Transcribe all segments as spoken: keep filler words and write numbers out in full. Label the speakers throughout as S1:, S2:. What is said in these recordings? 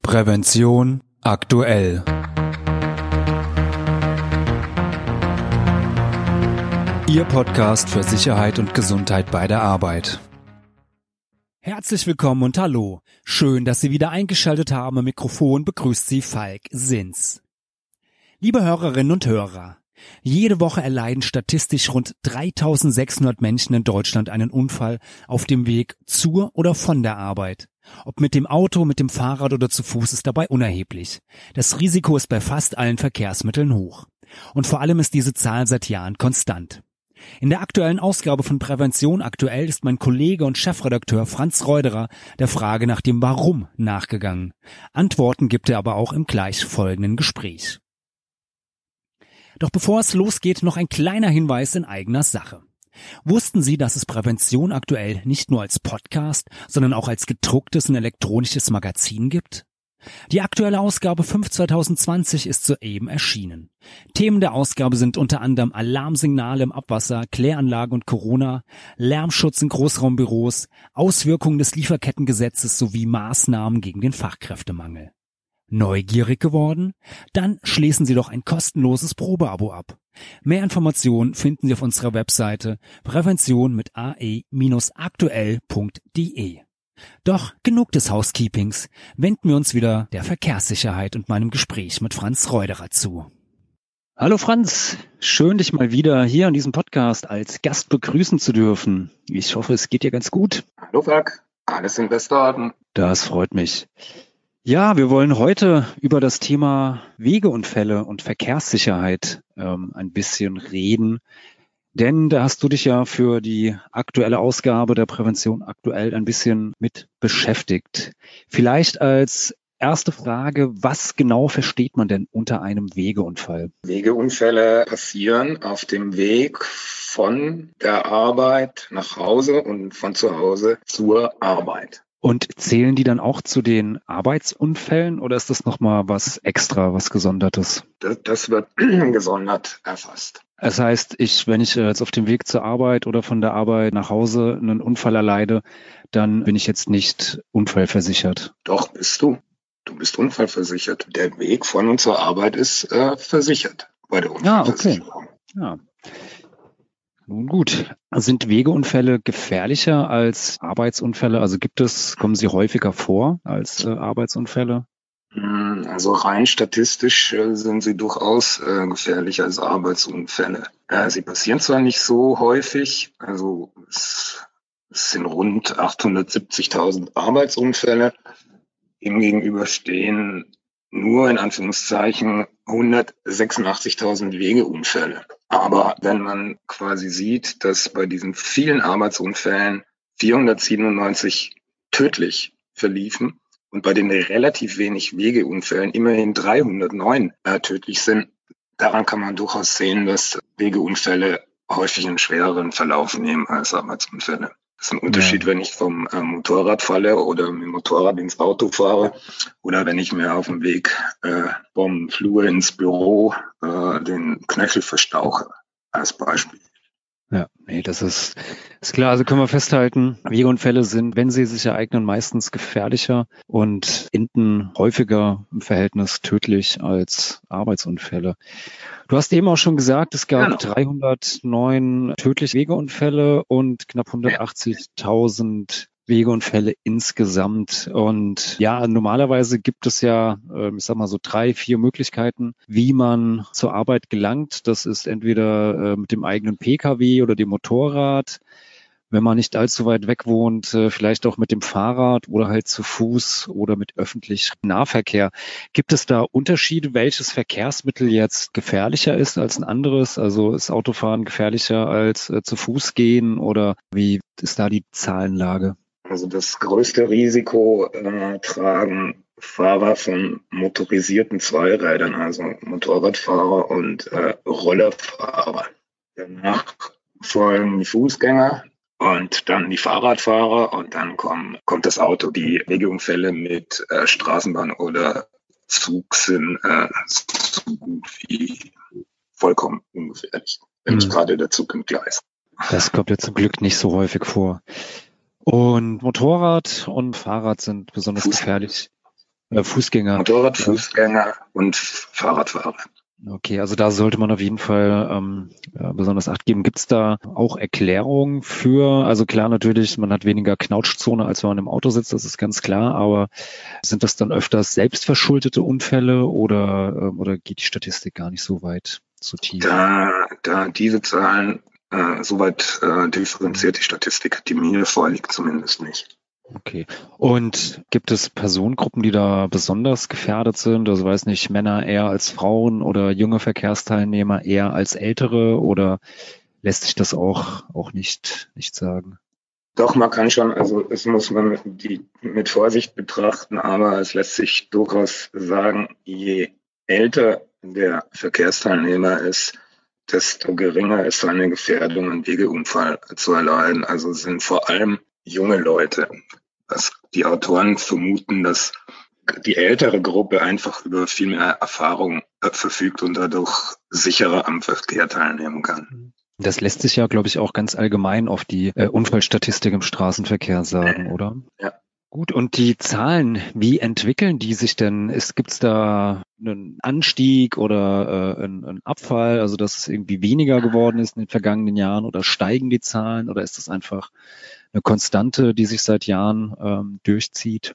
S1: Prävention aktuell. Ihr Podcast für Sicherheit und Gesundheit bei der Arbeit.
S2: Herzlich willkommen und hallo. Schön, dass Sie wieder eingeschaltet haben. Am Mikrofon begrüßt Sie Falk Sins. Liebe Hörerinnen und Hörer, jede Woche erleiden statistisch rund dreitausendsechshundert Menschen in Deutschland einen Unfall auf dem Weg zur oder von der Arbeit. Ob mit dem Auto, mit dem Fahrrad oder zu Fuß ist dabei unerheblich. Das Risiko ist bei fast allen Verkehrsmitteln hoch. Und vor allem ist diese Zahl seit Jahren konstant. In der aktuellen Ausgabe von Prävention aktuell ist mein Kollege und Chefredakteur Franz Reuderer der Frage nach dem Warum nachgegangen. Antworten gibt er aber auch im gleich folgenden Gespräch. Doch bevor es losgeht, noch ein kleiner Hinweis in eigener Sache. Wussten Sie, dass es Prävention aktuell nicht nur als Podcast, sondern auch als gedrucktes und elektronisches Magazin gibt? Die aktuelle Ausgabe fünf zwanzig zwanzig ist soeben erschienen. Themen der Ausgabe sind unter anderem Alarmsignale im Abwasser, Kläranlagen und Corona, Lärmschutz in Großraumbüros, Auswirkungen des Lieferkettengesetzes sowie Maßnahmen gegen den Fachkräftemangel. Neugierig geworden? Dann schließen Sie doch ein kostenloses Probeabo ab. Mehr Informationen finden Sie auf unserer Webseite prävention mit ae aktuell punkt de. Doch genug des Housekeepings, wenden wir uns wieder der Verkehrssicherheit und meinem Gespräch mit Franz Reuderer zu. Hallo Franz, schön dich mal wieder hier an diesem Podcast als Gast begrüßen zu dürfen. Ich hoffe, es geht dir ganz gut.
S3: Hallo Falk, alles in bester Ordnung.
S2: Das freut mich. Ja, wir wollen heute über das Thema Wegeunfälle und Verkehrssicherheit ähm, ein bisschen reden. Denn da hast du dich ja für die aktuelle Ausgabe der Prävention aktuell ein bisschen mit beschäftigt. Vielleicht als erste Frage, was genau versteht man denn unter einem Wegeunfall?
S3: Wegeunfälle passieren auf dem Weg von der Arbeit nach Hause und von zu Hause zur Arbeit.
S2: Und zählen die dann auch zu den Arbeitsunfällen oder ist das nochmal was extra, was Gesondertes?
S3: Das, das wird gesondert erfasst.
S2: Das heißt, ich, wenn ich jetzt auf dem Weg zur Arbeit oder von der Arbeit nach Hause einen Unfall erleide, dann bin ich jetzt nicht unfallversichert.
S3: Doch, bist du. Du bist unfallversichert. Der Weg von und zur Arbeit ist äh, versichert bei der Unfallversicherung.
S2: Ah, okay. Ja. Nun gut. Sind Wegeunfälle gefährlicher als Arbeitsunfälle? Also gibt es, kommen sie häufiger vor als äh, Arbeitsunfälle?
S3: Also rein statistisch äh, sind sie durchaus äh, gefährlicher als Arbeitsunfälle. Äh, sie passieren zwar nicht so häufig, also es, es sind rund achthundertsiebzigtausend Arbeitsunfälle. Ihm gegenüber stehen nur in Anführungszeichen hundertsechsundachtzigtausend Wegeunfälle. Aber wenn man quasi sieht, dass bei diesen vielen Arbeitsunfällen vierhundertsiebenundneunzig tödlich verliefen und bei den relativ wenig Wegeunfällen immerhin dreihundertneun äh, tödlich sind, daran kann man durchaus sehen, dass Wegeunfälle häufig einen schwereren Verlauf nehmen als Arbeitsunfälle. Das ist ein Unterschied, ja. Wenn ich vom äh, Motorrad falle oder mit dem Motorrad ins Auto fahre oder wenn ich mir auf dem Weg äh, vom Flur ins Büro äh, den Knöchel verstauche, als Beispiel.
S2: Ja, nee, das ist, ist klar. Also können wir festhalten, Wegeunfälle sind, wenn sie sich ereignen, meistens gefährlicher und enden häufiger im Verhältnis tödlich als Arbeitsunfälle. Du hast eben auch schon gesagt, es gab genau. dreihundertneun tödliche Wegeunfälle und knapp hundertachtzigtausend Wegeunfälle insgesamt. Und ja, normalerweise gibt es ja, ich sag mal so drei, vier Möglichkeiten, wie man zur Arbeit gelangt. Das ist entweder mit dem eigenen P K W oder dem Motorrad. Wenn man nicht allzu weit weg wohnt, vielleicht auch mit dem Fahrrad oder halt zu Fuß oder mit öffentlichem Nahverkehr. Gibt es da Unterschiede, welches Verkehrsmittel jetzt gefährlicher ist als ein anderes? Also ist Autofahren gefährlicher als äh, zu Fuß gehen oder wie ist da die Zahlenlage?
S3: Also das größte Risiko äh, tragen Fahrer von motorisierten Zweirädern, also Motorradfahrer und äh, Rollerfahrer. Danach folgen die Fußgänger und dann die Fahrradfahrer und dann kommen, kommt das Auto. Die Wegeunfälle mit äh, Straßenbahn oder Zug sind äh, so gut wie vollkommen ungefährlich, wenn
S2: Mhm.
S3: nicht gerade der Zug im Gleis.
S2: Das kommt ja zum Glück nicht so häufig vor. Und Motorrad und Fahrrad sind besonders
S3: Fuß.
S2: gefährlich. Äh, Fußgänger.
S3: Motorrad, Fußgänger und Fahrradfahrer.
S2: Okay, also da sollte man auf jeden Fall ähm, ja, besonders Acht geben. Gibt es da auch Erklärungen für, also klar natürlich, man hat weniger Knautschzone, als wenn man im Auto sitzt, das ist ganz klar, aber sind das dann öfters selbstverschuldete Unfälle oder, äh, oder geht die Statistik gar nicht so weit, so tief?
S3: Da, da diese Zahlen äh, soweit äh, differenziert die Statistik, die mir vorliegt, zumindest nicht.
S2: Okay. Und gibt es Personengruppen, die da besonders gefährdet sind? Also weiß nicht, Männer eher als Frauen oder junge Verkehrsteilnehmer eher als ältere oder lässt sich das auch, auch nicht, nicht sagen?
S3: Doch, man kann schon, also es muss man mit, die, mit Vorsicht betrachten, aber es lässt sich durchaus sagen, je älter der Verkehrsteilnehmer ist, desto geringer ist seine Gefährdung, einen Wegeunfall zu erleiden. Also sind vor allem junge Leute. Das, die Autoren vermuten, dass die ältere Gruppe einfach über viel mehr Erfahrung äh, verfügt und dadurch sicherer am Verkehr teilnehmen kann.
S2: Das lässt sich ja, glaube ich, auch ganz allgemein auf die äh, Unfallstatistik im Straßenverkehr sagen, oder?
S3: Ja.
S2: Gut, und die Zahlen, wie entwickeln die sich denn? Gibt es da einen Anstieg oder äh, einen, einen Abfall, also dass es irgendwie weniger geworden ist in den vergangenen Jahren oder steigen die Zahlen oder ist das einfach eine Konstante, die sich seit Jahren ähm, durchzieht?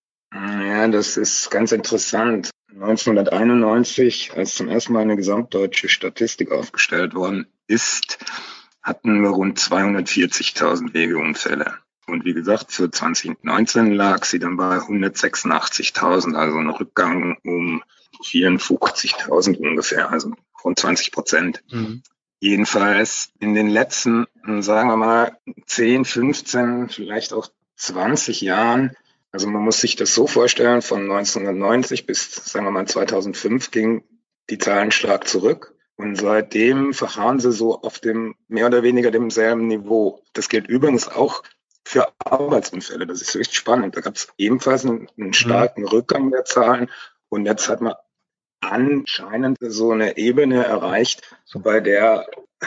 S3: Ja, das ist ganz interessant. neunzehnhunderteinundneunzig, als zum ersten Mal eine gesamtdeutsche Statistik aufgestellt worden ist, hatten wir rund zweihundertvierzigtausend Wegeunfälle. Und wie gesagt, für zwanzig neunzehn lag sie dann bei hundertsechsundachtzigtausend, also ein Rückgang um vierundfünfzigtausend ungefähr, also rund zwanzig Prozent. Mhm. Jedenfalls in den letzten, sagen wir mal, zehn, fünfzehn, vielleicht auch zwanzig Jahren, also man muss sich das so vorstellen, von neunzehnhundertneunzig bis, sagen wir mal, zweitausendfünf ging die Zahlen stark zurück. Und seitdem verharren sie so auf dem mehr oder weniger demselben Niveau. Das gilt übrigens auch für Arbeitsunfälle. Das ist höchst spannend. Da gab es ebenfalls einen, einen starken Rückgang der Zahlen. Und jetzt hat man anscheinend so eine Ebene erreicht, bei der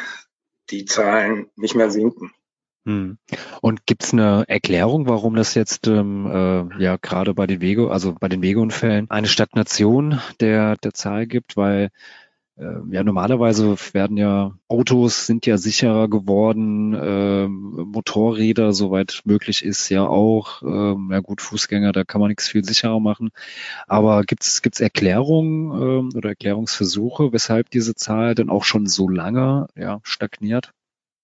S3: die Zahlen nicht mehr sinken.
S2: Hm. Und gibt es eine Erklärung, warum das jetzt ähm, äh, ja gerade bei den Wege, also bei den Wegeunfällen eine Stagnation der der Zahl gibt? Weil äh, ja normalerweise werden ja Autos sind ja sicherer geworden, äh, Motorräder soweit möglich ist ja auch. Äh, ja gut, Fußgänger, da kann man nichts viel sicherer machen. Aber gibt es gibt's Erklärungen äh, oder Erklärungsversuche, weshalb diese Zahl denn auch schon so lange ja stagniert?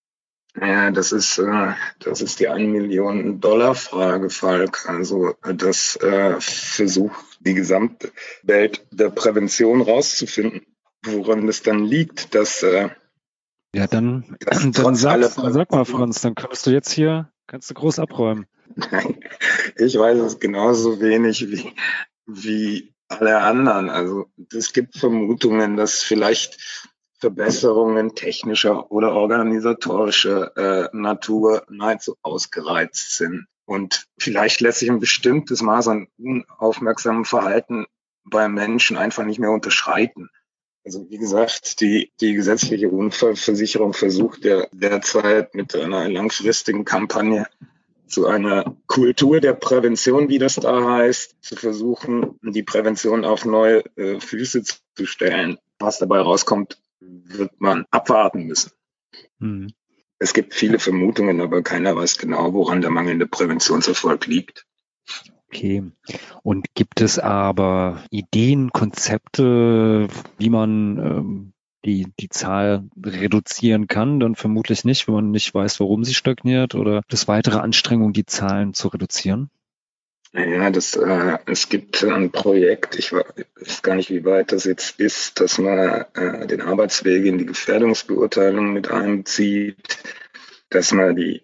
S3: Ja, das ist, äh, das ist die ein Million Dollar Frage, Falk. Also das äh, versucht die gesamte Welt der Prävention rauszufinden, woran das dann liegt, dass äh,
S2: ja dann dass dann sag, sag mal, Franz, dann könntest du jetzt hier kannst du groß abräumen.
S3: Nein, ich weiß es genauso wenig wie wie alle anderen. Also es gibt Vermutungen, dass vielleicht Verbesserungen technischer oder organisatorischer äh, Natur nahezu ausgereizt sind. Und vielleicht lässt sich ein bestimmtes Maß an unaufmerksamem Verhalten bei Menschen einfach nicht mehr unterschreiten. Also wie gesagt, die, die gesetzliche Unfallversicherung versucht ja derzeit mit einer langfristigen Kampagne zu einer Kultur der Prävention, wie das da heißt, zu versuchen, die Prävention auf neue äh, Füße zu stellen. Was dabei rauskommt, wird man abwarten müssen. Hm. Es gibt viele Vermutungen, aber keiner weiß genau, woran der mangelnde Präventionserfolg liegt.
S2: Okay. Und gibt es aber Ideen, Konzepte, wie man ähm, die, die Zahl reduzieren kann? Dann vermutlich nicht, wenn man nicht weiß, warum sie stagniert, oder das weitere Anstrengungen, die Zahlen zu reduzieren?
S3: Ja, das, äh, es gibt ein Projekt, ich weiß gar nicht, wie weit das jetzt ist, dass man äh, den Arbeitsweg in die Gefährdungsbeurteilung mit einbezieht, dass man die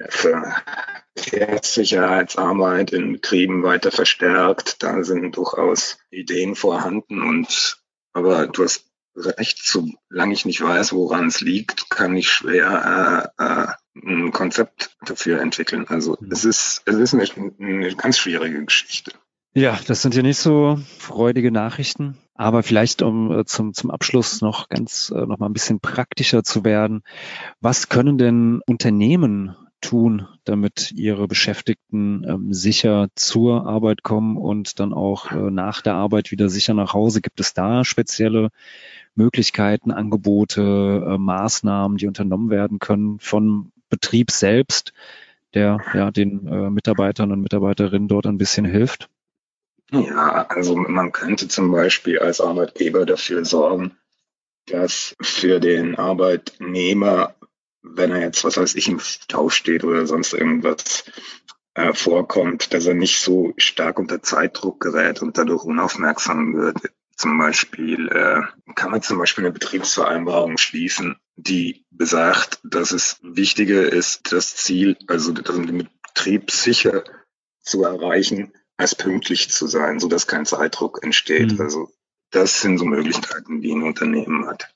S3: Verkehrssicherheitsarbeit in Betrieben weiter verstärkt. Da sind durchaus Ideen vorhanden und, aber du hast recht, solange ich nicht weiß, woran es liegt, kann ich schwer äh, äh, ein Konzept dafür entwickeln. Also mhm. es ist es ist eine, eine ganz schwierige Geschichte.
S2: Ja, das sind ja nicht so freudige Nachrichten. Aber vielleicht, um äh, zum zum Abschluss noch ganz äh, noch mal ein bisschen praktischer zu werden, was können denn Unternehmen
S1: tun, damit Ihre Beschäftigten ähm, sicher zur Arbeit kommen und dann auch äh, nach der Arbeit wieder sicher nach Hause? Gibt es da spezielle Möglichkeiten, Angebote, äh, Maßnahmen, die unternommen werden können von Betrieb selbst, der ja den äh, Mitarbeitern und Mitarbeiterinnen dort ein bisschen hilft?
S3: Ja, also man könnte zum Beispiel als Arbeitgeber dafür sorgen, dass für den Arbeitnehmer, wenn er jetzt, was weiß ich, im Stau steht oder sonst irgendwas äh, vorkommt, dass er nicht so stark unter Zeitdruck gerät und dadurch unaufmerksam wird. Zum Beispiel äh, kann man zum Beispiel eine Betriebsvereinbarung schließen, die besagt, dass es wichtiger ist, das Ziel, also den Betrieb sicher zu erreichen, als pünktlich zu sein, sodass kein Zeitdruck entsteht. Mhm. Also das sind so Möglichkeiten, die ein Unternehmen hat.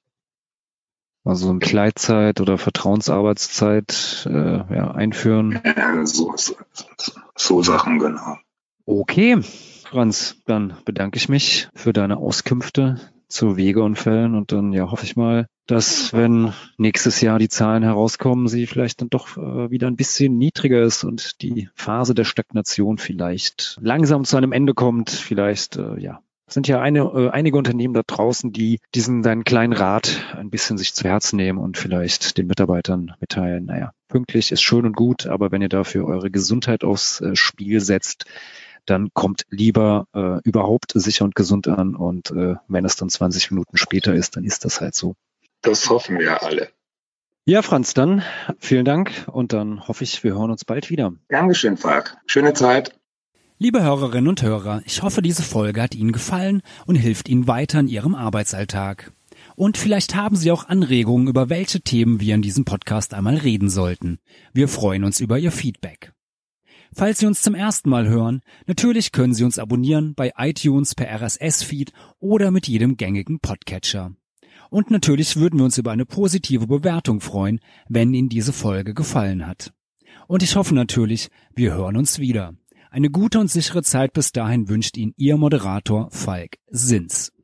S1: Also ein Gleitzeit oder Vertrauensarbeitszeit äh, ja, einführen.
S3: Ja, so, so, so, so Sachen, genau.
S1: Okay, Franz, dann bedanke ich mich für deine Auskünfte zu Wegeunfällen und dann ja hoffe ich mal, dass wenn nächstes Jahr die Zahlen herauskommen, sie vielleicht dann doch äh, wieder ein bisschen niedriger ist und die Phase der Stagnation vielleicht langsam zu einem Ende kommt. Vielleicht, äh, ja, sind ja eine, äh, einige Unternehmen da draußen, die diesen deinen kleinen Rat ein bisschen sich zu Herzen nehmen und vielleicht den Mitarbeitern mitteilen, naja, pünktlich ist schön und gut, aber wenn ihr dafür eure Gesundheit aufs äh, Spiel setzt, dann kommt lieber äh, überhaupt sicher und gesund an und äh, wenn es dann zwanzig Minuten später ist, dann ist das halt so.
S3: Das hoffen wir alle.
S1: Ja, Franz, dann vielen Dank und dann hoffe ich, wir hören uns bald wieder.
S3: Dankeschön, Falk. Schöne Zeit.
S2: Liebe Hörerinnen und Hörer, ich hoffe, diese Folge hat Ihnen gefallen und hilft Ihnen weiter in Ihrem Arbeitsalltag. Und vielleicht haben Sie auch Anregungen, über welche Themen wir in diesem Podcast einmal reden sollten. Wir freuen uns über Ihr Feedback. Falls Sie uns zum ersten Mal hören, natürlich können Sie uns abonnieren bei iTunes per R S S-Feed oder mit jedem gängigen Podcatcher. Und natürlich würden wir uns über eine positive Bewertung freuen, wenn Ihnen diese Folge gefallen hat. Und ich hoffe natürlich, wir hören uns wieder. Eine gute und sichere Zeit bis dahin wünscht Ihnen Ihr Moderator Falk Sins.